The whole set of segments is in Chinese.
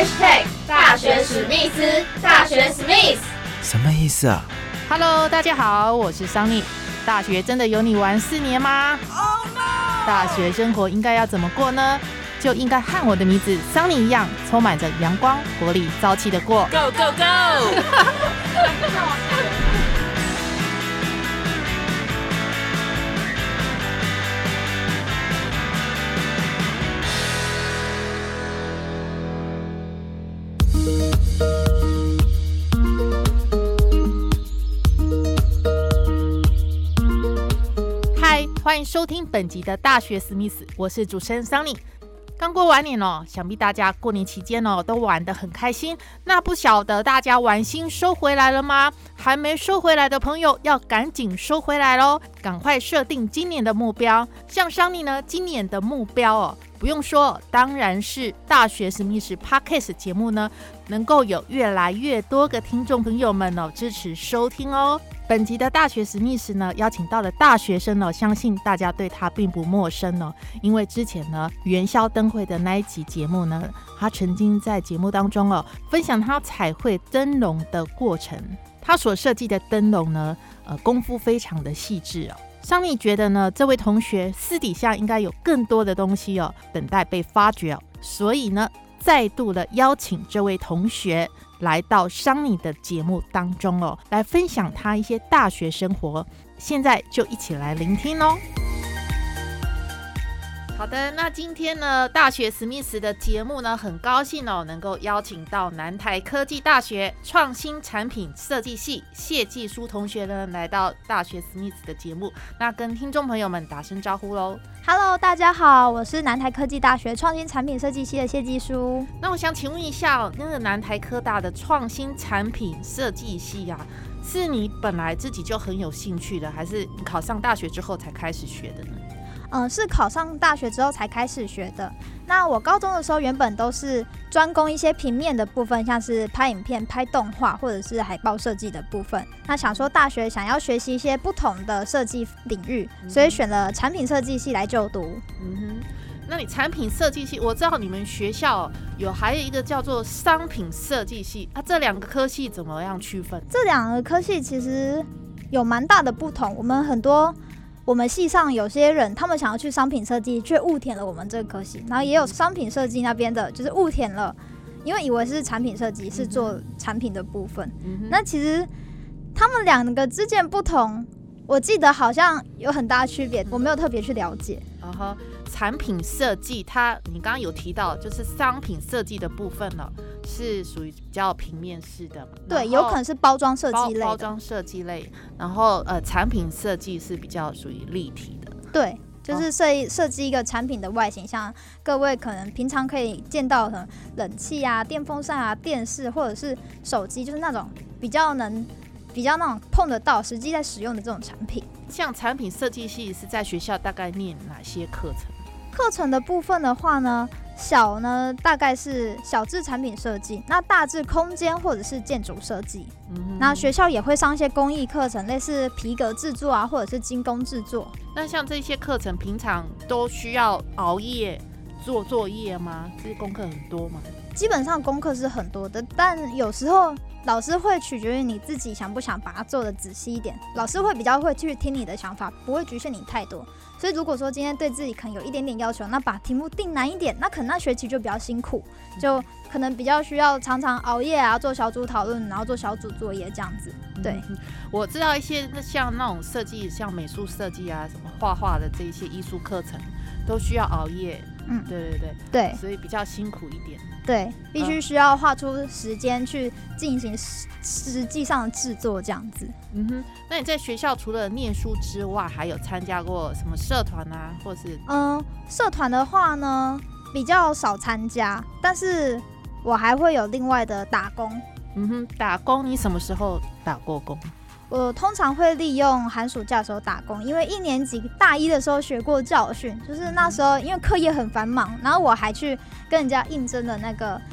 #大学史密斯，大学史密斯， 什么意思啊 ？Hello， 大家好，我是桑尼。大学真的有你玩4年吗？ Oh no！ 大学生活应该要怎么过呢？就应该和我的名字桑尼一样，充满着阳光、活力、朝气的过。 Go go go！ 嗨，欢迎收听本集的大学史密斯，我是主持人桑尼。刚过完年哦，想必大家过年期间哦都玩得很开心。那不晓得大家玩心收回来了吗？还没收回来的朋友要赶紧收回来咯，赶快设定今年的目标。像桑尼呢，今年的目标哦，不用说，当然是大学史密斯 Podcast 节目呢，能够有越来越多个听众朋友们哦支持收听哦。本集的大学史密斯呢，邀请到的大学生哦，相信大家对他并不陌生哦，因为之前呢元宵灯会的那一集节目呢，他曾经在节目当中哦分享他彩绘灯笼的过程，他所设计的灯笼呢，功夫非常的细致哦。桑尼觉得呢，这位同学私底下应该有更多的东西哦，等待被发掘哦，所以呢，再度的邀请这位同学来到桑尼的节目当中哦，来分享他一些大学生活。现在就一起来聆听哦。好的，那今天呢，大学史密斯的节目呢，很高兴哦，能够邀请到南台科技大学创新产品设计系谢继书同学呢，来到大学史密斯的节目，那跟听众朋友们打声招呼喽。 Hello， 大家好，我是南台科技大学创新产品设计系的谢继书。 那我想请问一下，那个南台科大的创新产品设计系啊，是你本来自己就很有兴趣的，还是你考上大学之后才开始学的呢？ 是考上大学之后才开始学的。那我高中的时候原本都是专攻一些平面的部分，像是拍影片、拍动画或者是海报设计的部分。那想说大学想要学习一些不同的设计领域，所以选了产品设计系来就读。 那你产品设计系，我知道你们学校还有一个叫做商品设计系，这两个科系怎么样区分？ 这两个科系其实有蛮大的不同。我们系上有些人，他们想要去商品设计，却误填了我们这个科系，然后也有商品设计那边的，就是误填了，因为以为是产品设计，是做产品的部分。那其实他们两个之间不同，我记得好像有很大区别，我没有特别去了解。 产品设计，你刚刚有提到，就是商品设计的部分呢，是属于比较平面式的， 对，有可能是包装设计类的， 包装设计类。然后产品设计是比较属于立体的， 对，就是设计一个产品的外形，像各位可能平常可以见到的冷气啊、电风扇啊、电视或者是手机，就是那种比较那种碰得到、实际在使用的这种产品。 像产品设计系是在学校大概念哪些课程？ 课程的部分的话呢，小呢大概是小至产品设计，那大至空间或者是建筑设计。那学校也会上一些工艺课程，类似皮革制作啊，或者是精工制作。 那像这些课程平常都需要熬夜做作业吗？这些功课很多吗？ 基本上功课是很多的，但有时候老师会取决于你自己想不想把它做的仔细一点，老师会比较会去听你的想法，不会局限你太多。所以如果说今天对自己可能有一点点要求，那把题目定难一点，那可能那学期就比较辛苦，就可能比较需要常常熬夜啊，做小组讨论，然后做小组作业这样子。对， 我知道一些像那种设计，像美术设计啊，什么画画的这一些艺术课程，都需要熬夜。对，所以比较辛苦一点。 对，必须需要画出时间去进行实际上的制作这样子。 那你在学校除了念书之外，还有参加过什么社团啊，或是？ 社团的话呢，比较少参加，但是我还会有另外的打工。 打工，你什么时候打过工？ 我通常会利用寒暑假的时候打工，因为1年级大一的时候学过教训，就是那时候因为课业很繁忙，然后我还去跟人家应征了那个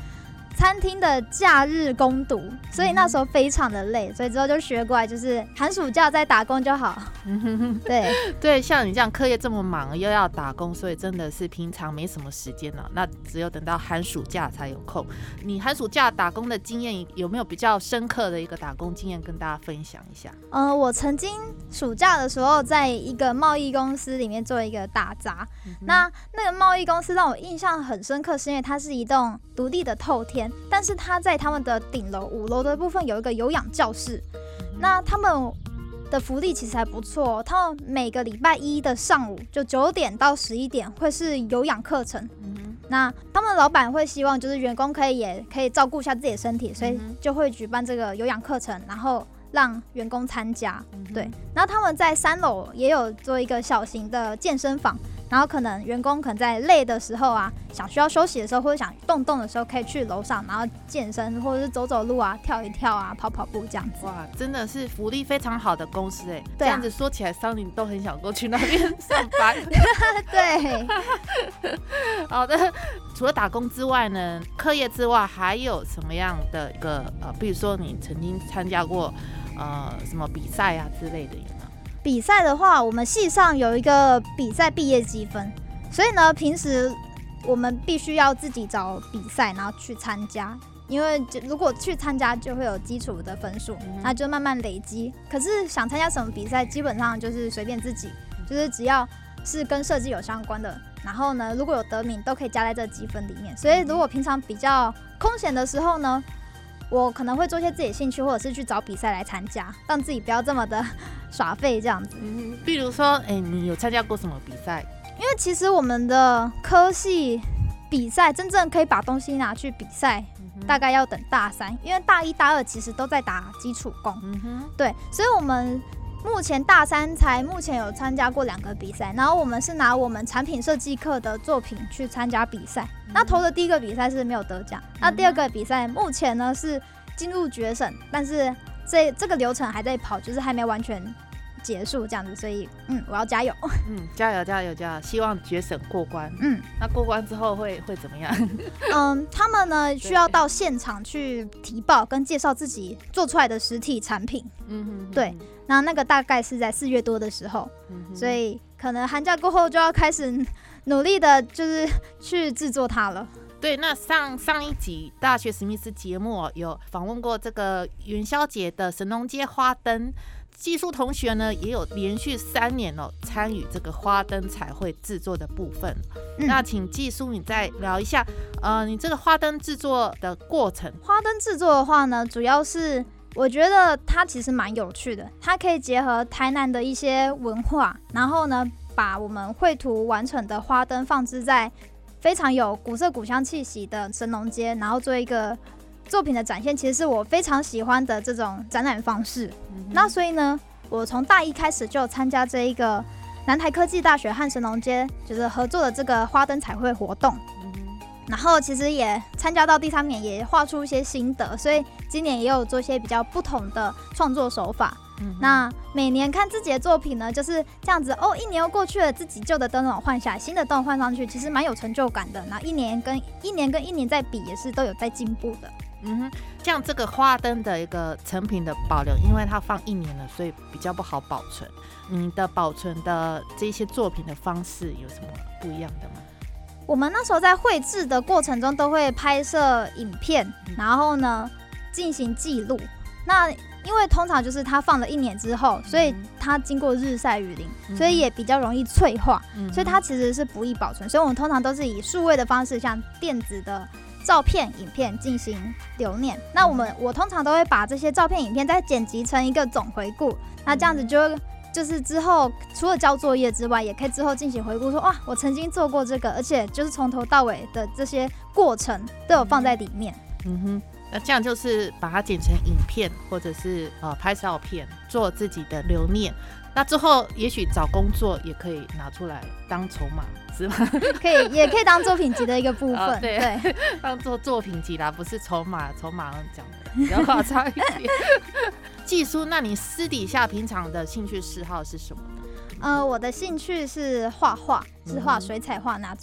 餐厅的假日工读，所以那时候非常的累，所以之后就学过来，就是寒暑假再打工就好。对对，像你这样课业这么忙，又要打工，所以真的是平常没什么时间了。那只有等到寒暑假才有空。你寒暑假打工的经验有没有比较深刻的一个打工经验跟大家分享一下？ 我曾经暑假的时候在一个贸易公司里面做一个打杂，那个贸易公司让我印象很深刻，是因为它是一栋独立的透天，但是它在他们的顶楼5楼的部分有一个有氧教室，那他们的福利其实还不错，他们每个礼拜一的上午就9点到11点会是有氧课程，那他们老板会希望就是员工也可以照顾一下自己的身体，所以就会举办这个有氧课程，然后让员工参加。对，然后他们在3楼也有做一个小型的健身房，然后可能员工可能在累的时候啊，需要休息的时候，或者想动的时候，可以去楼上，然后健身或者是走路啊，跳一跳啊，跑步这样子。 哇，真的是福利非常好的公司哎！ 对啊， 这样子说起来，桑尼都很想过去那边上班。 对， 好的。除了打工之外呢，课业之外还有什么样的一个比如说你曾经参加过什么比赛啊之类的有吗？ 比赛的话，我们系上有一个比赛毕业积分，所以呢，平时我们必须要自己找比赛，然后去参加。因为如果去参加，就会有基础的分数，那就慢慢累积。可是想参加什么比赛，基本上就是随便自己，就是只要是跟设计有相关的，然后呢，如果有得名，都可以加在这积分里面。所以如果平常比较空闲的时候呢，我可能会做一些自己的兴趣，或者是去找比赛来参加，让自己不要这么的耍废这样子。 比如说，你有参加过什么比赛？ 因为其实我们的科系比赛真正可以把东西拿去比赛，大概要等大3，因为大1、大2其实都在打基础工。对，所以我们目前大3才目前有参加过2个比赛，然后我们是拿我们产品设计课的作品去参加比赛。那投的第一个比赛是没有得奖，那第2个比赛目前呢是进入决审，但是这个流程还在跑，就是还没完全结束这样子，所以我要加油。 加油，希望决审过关。那过关之后会怎么样？ 他们呢需要到现场去提报跟介绍自己做出来的实体产品。对，那个大概是在4月多的时候，所以可能寒假过后就要开始努力的，就是去制作它了。 对，那上一集大学史密斯节目有访问过这个元宵节的神农街花灯。技术同学呢也有连续3年参与这个花灯彩绘制作的部分。那请技术你再聊一下，你这个花灯制作的过程。 花灯制作的话呢，主要是我觉得它其实蛮有趣的，它可以结合台南的一些文化，然后呢把我们绘图完成的花灯放置在非常有古色古香气息的神农街，然后做一个作品的展现，其实是我非常喜欢的这种展览方式。那所以呢，我从大1开始就参加这一个南台科技大学和神农街就是合作的这个花灯彩绘活动。然后其实也参加到第3年，也画出一些心得，所以今年也有做一些比较不同的创作手法。那每年看自己的作品呢，就是这样子1年又过去了，自己旧的灯笼换下来，新的灯笼换上去，其实蛮有成就感的。那一年跟一年在比，也是都有在进步的。 像这个花灯的一个成品的保留，因为它放1年了，所以比较不好保存。你的保存的这些作品的方式有什么不一样的吗？ 我们那时候在绘制的过程中都会拍摄影片，然后呢进行记录。那因为通常就是它放了1年之后，所以它经过日晒雨淋，所以也比较容易脆化，所以它其实是不易保存。所以我们通常都是以数位的方式，像电子的照片、影片进行留念。那我通常都会把这些照片、影片再剪辑成一个总回顾，那这样子就是之后除了交作业之外，也可以之后进行回顾，说哇，我曾经做过这个，而且就是从头到尾的这些过程都有放在里面。 那这样就是把它剪成影片，或者是拍照片，做自己的留念。那之后也许找工作也可以拿出来当筹码，是吗？ 也可以当作品集的一个部分。 对，当做作品集啦，不是筹码讲的比较夸张一点。技术，那你私底下平常的兴趣嗜好是什么呢？ 我的兴趣是画画，是画水彩画那种。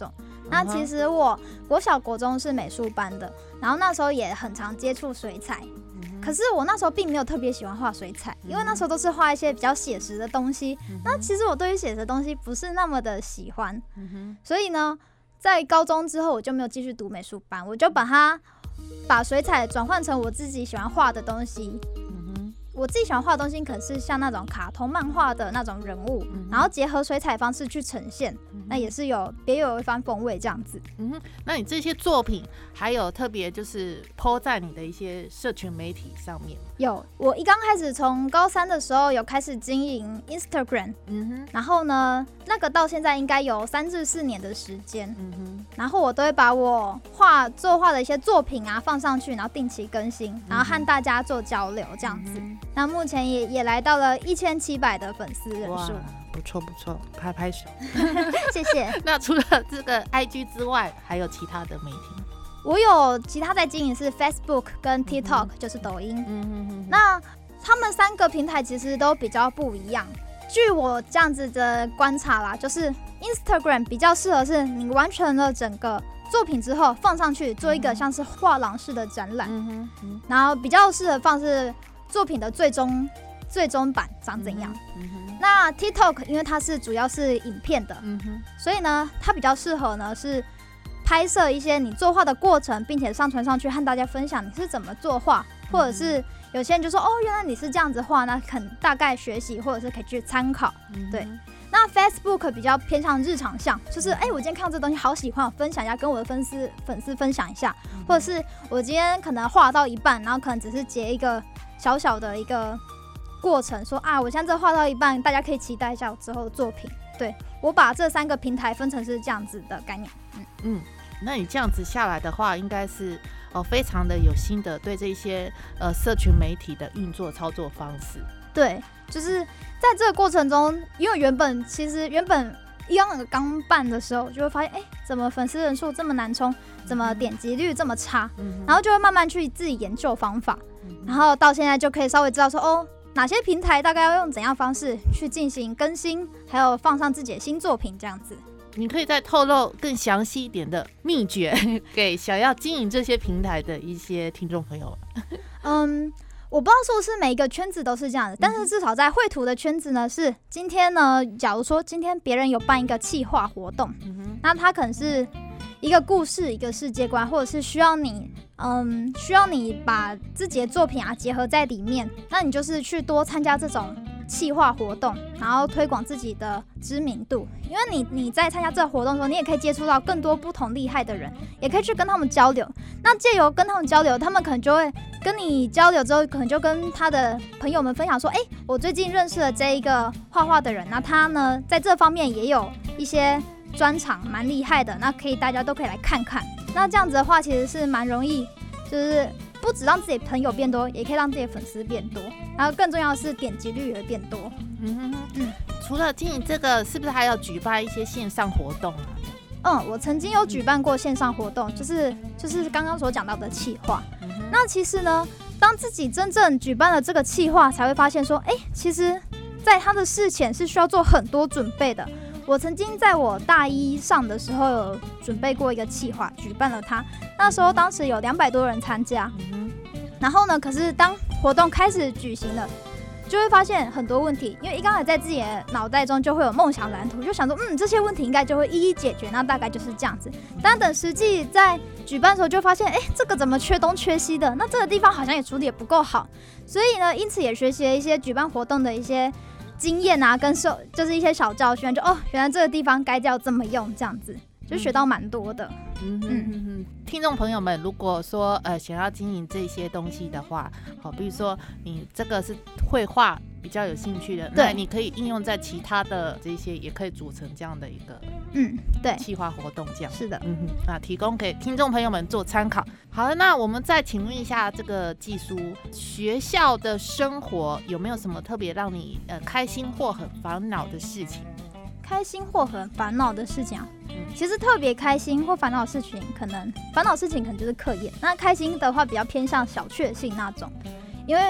那其实我国小国中是美术班的，然后那时候也很常接触水彩，可是我那时候并没有特别喜欢画水彩，因为那时候都是画一些比较写实的东西，那其实我对于写实的东西不是那么的喜欢，所以呢在高中之后我就没有继续读美术班，我就把水彩转换成我自己喜欢画的东西。我自己喜欢画的东西可能是像那种卡通漫画的那种人物，然后结合水彩方式去呈现，那也是别有一番风味这样子。 那你这些作品还有特别就是 po 在你的一些社群媒体上面？ 有，我一刚开始从高3的时候有开始经营 Instagram，然后呢，那个到现在应该有3至4年的时间，然后我都会把我作画的一些作品啊放上去，然后定期更新，然后和大家做交流这样子。那目前也来到了1700的粉丝人数， 不错不错，拍拍手， 谢谢。 那除了这个 IG 之外，还有其他的媒体吗？ 我有其他在经营是 Facebook 跟 TikTok，就是抖音。那他们3个平台其实都比较不一样。据我这样子的观察啦，就是 Instagram 比较适合是你完成了整个作品之后放上去做一个像是画廊式的展览，然后比较适合放是作品的最终版长怎样。那 TikTok 因为它是主要是影片的，所以呢它比较适合呢是拍摄一些你作画的过程，并且上传上去和大家分享你是怎么作画，或者是有些人就说哦原来你是这样子画，那肯大概学习或者是可以去参考。对，那 Facebook 比较偏向日常向，就是我今天看到这东西好喜欢，我分享一下，跟我的粉丝分享一下，或者是我今天可能画到一半，然后可能只是截一个小小的一个过程，说我现在这画到一半，大家可以期待一下我之后的作品。对，我把这3个平台分成是这样子的概念。 那你这样子下来的话，应该是非常的有心得对这些社群媒体的运作操作方式。 对，就是在这个过程中，因为原本刚办的时候，就会发现怎么粉丝人数这么难冲，怎么点击率这么差，然后就会慢慢去自己研究方法，然后到现在就可以稍微知道说哪些平台大概要用怎样方式去进行更新，还有放上自己的新作品这样子。 你可以再透露更详细一点的秘诀给想要经营这些平台的一些听众朋友吗？ 我不知道是不是每一个圈子都是这样的，但是至少在绘图的圈子呢，是今天呢，假如说今天别人有办一个企划活动，那他可能是一个故事、一个世界观，或者是需要你把自己的作品结合在里面，那你就是去多参加这种企划活动，然后推广自己的知名度。因为你在参加这个活动的时候，你也可以接触到更多不同厉害的人，也可以去跟他们交流。那借由跟他们交流，他们可能就会跟你交流之后，可能就跟他的朋友们分享说，我最近认识了这一个画画的人，那他呢在这方面也有一些专长，蛮厉害的，那大家都可以来看看。那这样子的话，其实是蛮容易，就是不只让自己朋友变多，也可以让自己的粉丝变多，然后更重要的是点击率也变多。 除了经营这个，是不是还有举办一些线上活动啊？ 我曾经有举办过线上活动，就是刚刚所讲到的企划。那其实呢，当自己真正举办了这个企划，才会发现说，其实在他的事前是需要做很多准备的。我曾经在我大1上的时候有准备过一个企划，举办了它。那时候当时有200多人参加，然后呢，可是当活动开始举行了，就会发现很多问题，因为一刚才在自己的脑袋中就会有梦想蓝图，就想说，这些问题应该就会一一解决，那大概就是这样子。但等实际在举办的时候，就发现，这个怎么缺东缺西的？那这个地方好像也处理也不够好，所以呢，因此也学习了一些举办活动的一些经验啊，跟就是一些小教训，就原来这个地方该要这么用，这样子就学到蛮多的。 听众朋友们，如果说想要经营这些东西的话，比如说你这个是绘画比较有兴趣的，那你可以应用在其他的这些，也可以组成这样的一个对企划活动，这样是的， 提供给听众朋友们做参考。好了，那我们再请问一下这个技术，学校的生活有没有什么特别让你开心或很烦恼的事情？ 开心或很烦恼的事情其实特别开心或烦恼的事情，烦恼事情可能就是课业，那开心的话比较偏向小确幸那种。因为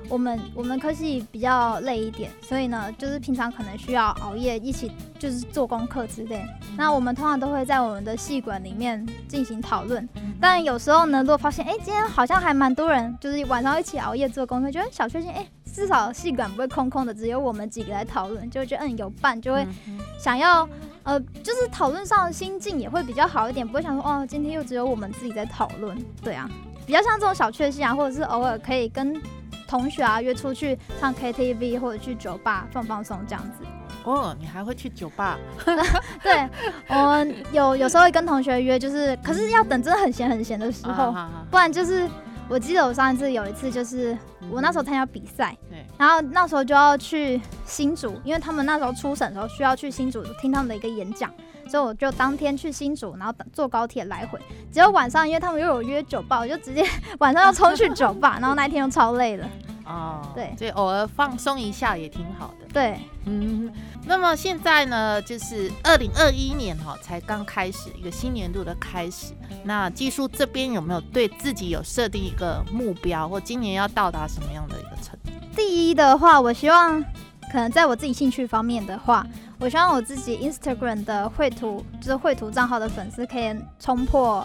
我们科系比较累一点，所以呢，就是平常可能需要熬夜一起就是做功课之类。那我们通常都会在我们的系馆里面进行讨论。但有时候呢，如果发现今天好像还蛮多人，就是晚上一起熬夜做功课，觉得小确幸至少系馆不会空空的，只有我们几个来讨论，就会觉得有伴，就会想要就是讨论上的心境也会比较好一点，不会想说今天又只有我们自己在讨论。对啊，比较像这种小确幸啊，或者是偶尔可以跟同学啊约出去唱 KTV 或者去酒吧放放松这样子。 你还会去酒吧？ 对，我有时候会跟同学约，就是可是要等真的很闲的时候，不然就是我记得我上一次有一次就是我那时候参加比赛，然后那时候就要去新竹，因为他们那时候初审的时候需要去新竹听他们的一个演讲，所以我就当天去新竹，然后坐高铁来回。只有晚上，因为他们又有约酒吧，我就直接晚上要冲去酒吧，然后那一天又超累了。对， 所以偶尔放松一下也挺好的。 对， 那么现在呢，就是2021年才刚开始一个新年度的开始。那技术这边有没有对自己有设定一个目标，或今年要到达什么样的一个程度？ 第一的话，我希望可能在我自己兴趣方面的话，我希望我自己 Instagram 的绘图账号的粉丝可以冲破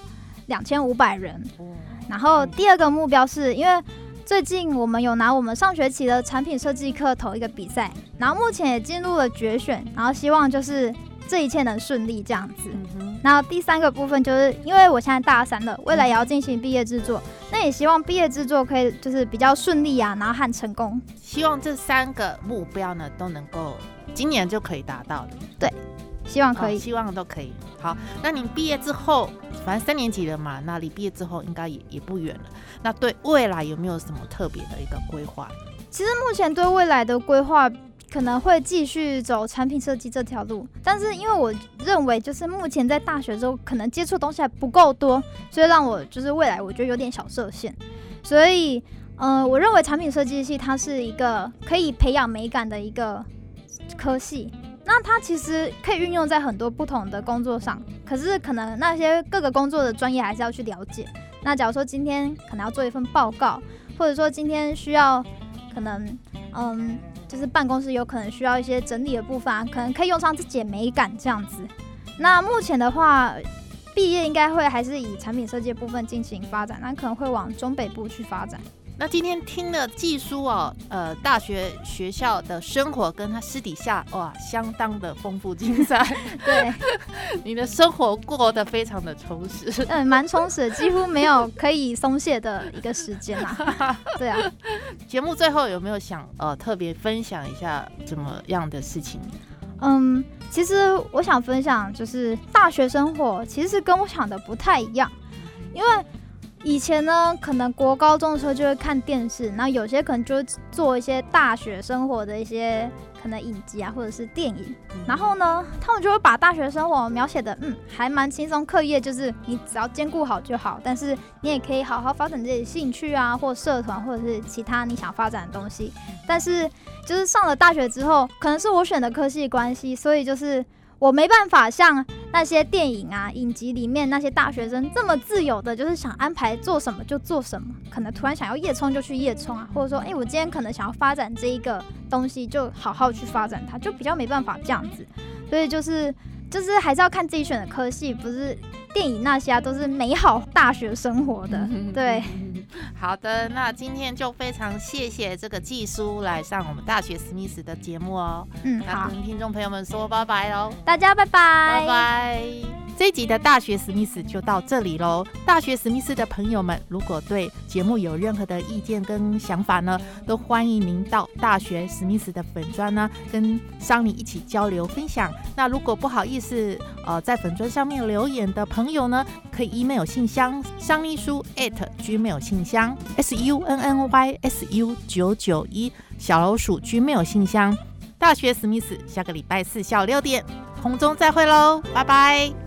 2500人。然后第二个目标是因为最近我们有拿我们上学期的产品设计课投一个比赛，然后目前也进入了决选，然后希望就是这一切能顺利这样子。然后第三个部分就是因为我现在大3了，未来也要进行毕业制作，那也希望毕业制作可以就是比较顺利啊，然后和成功。 希望这3个目标呢都能够今年就可以达到的。 对，希望可以， 希望都可以。好，那你毕业之后，反正3年级了嘛，那离毕业之后应该也不远了。那对未来有没有什么特别的一个规划？ 其实目前对未来的规划可能会继续走产品设计这条路，但是因为我认为就是目前在大学之后可能接触的东西还不够多，所以让我就是未来我觉得有点小设限。所以我认为产品设计系它是一个可以培养美感的一个科系，那它其实可以运用在很多不同的工作上，可是可能那些各个工作的专业还是要去了解。那假如说今天可能要做一份报告，或者说今天需要可能就是办公室有可能需要一些整理的部分啊，可能可以用上自己的美感这样子。那目前的话，毕业应该会还是以产品设计的部分进行发展，那可能会往中北部去发展。 那今天听了技叔大学校的生活跟他私底下相当的丰富精彩。 对， 你的生活过得非常的充实。 蛮充实的，几乎没有可以松懈的一个时间啊。对啊。 节目最后有没有想特别分享一下怎么样的事情？ 其实我想分享就是大学生活其实跟我想的不太一样，因为以前呢，可能国高中的时候就会看电视，然后有些可能就会做一些大学生活的一些可能影集啊，或者是电影。然后呢，他们就会把大学生活描写的还蛮轻松，课业就是你只要兼顾好就好，但是你也可以好好发展自己的兴趣啊，或社团，或者是其他你想发展的东西。但是就是上了大学之后，可能是我选的科系关系，所以就是我没办法像那些电影啊、影集里面那些大学生这么自由的，就是想安排做什么就做什么，可能突然想要夜冲就去夜冲啊，或者说我今天可能想要发展这一个东西，就好好去发展它，就比较没办法这样子。所以就是还是要看自己选的科系，不是电影那些都是美好大学生活的。对。 好的，那今天就非常谢谢这个技叔来上我们大学史密斯的节目哦。那跟听众朋友们说拜拜喽， 大家拜拜， 拜拜。这一集的大学史密斯就到这里咯。大学史密斯的朋友们，如果对节目有任何的意见跟想法呢，都欢迎您到大学史密斯的粉专呢，跟桑尼一起交流分享。那如果不好意思在粉专上面留言的朋友呢，可以 email 信箱桑尼书 @gmail 信箱 SUNNYSU991 小老鼠 gmail 信箱。大学史密斯下个礼拜4下午6点空中再会喽，拜拜。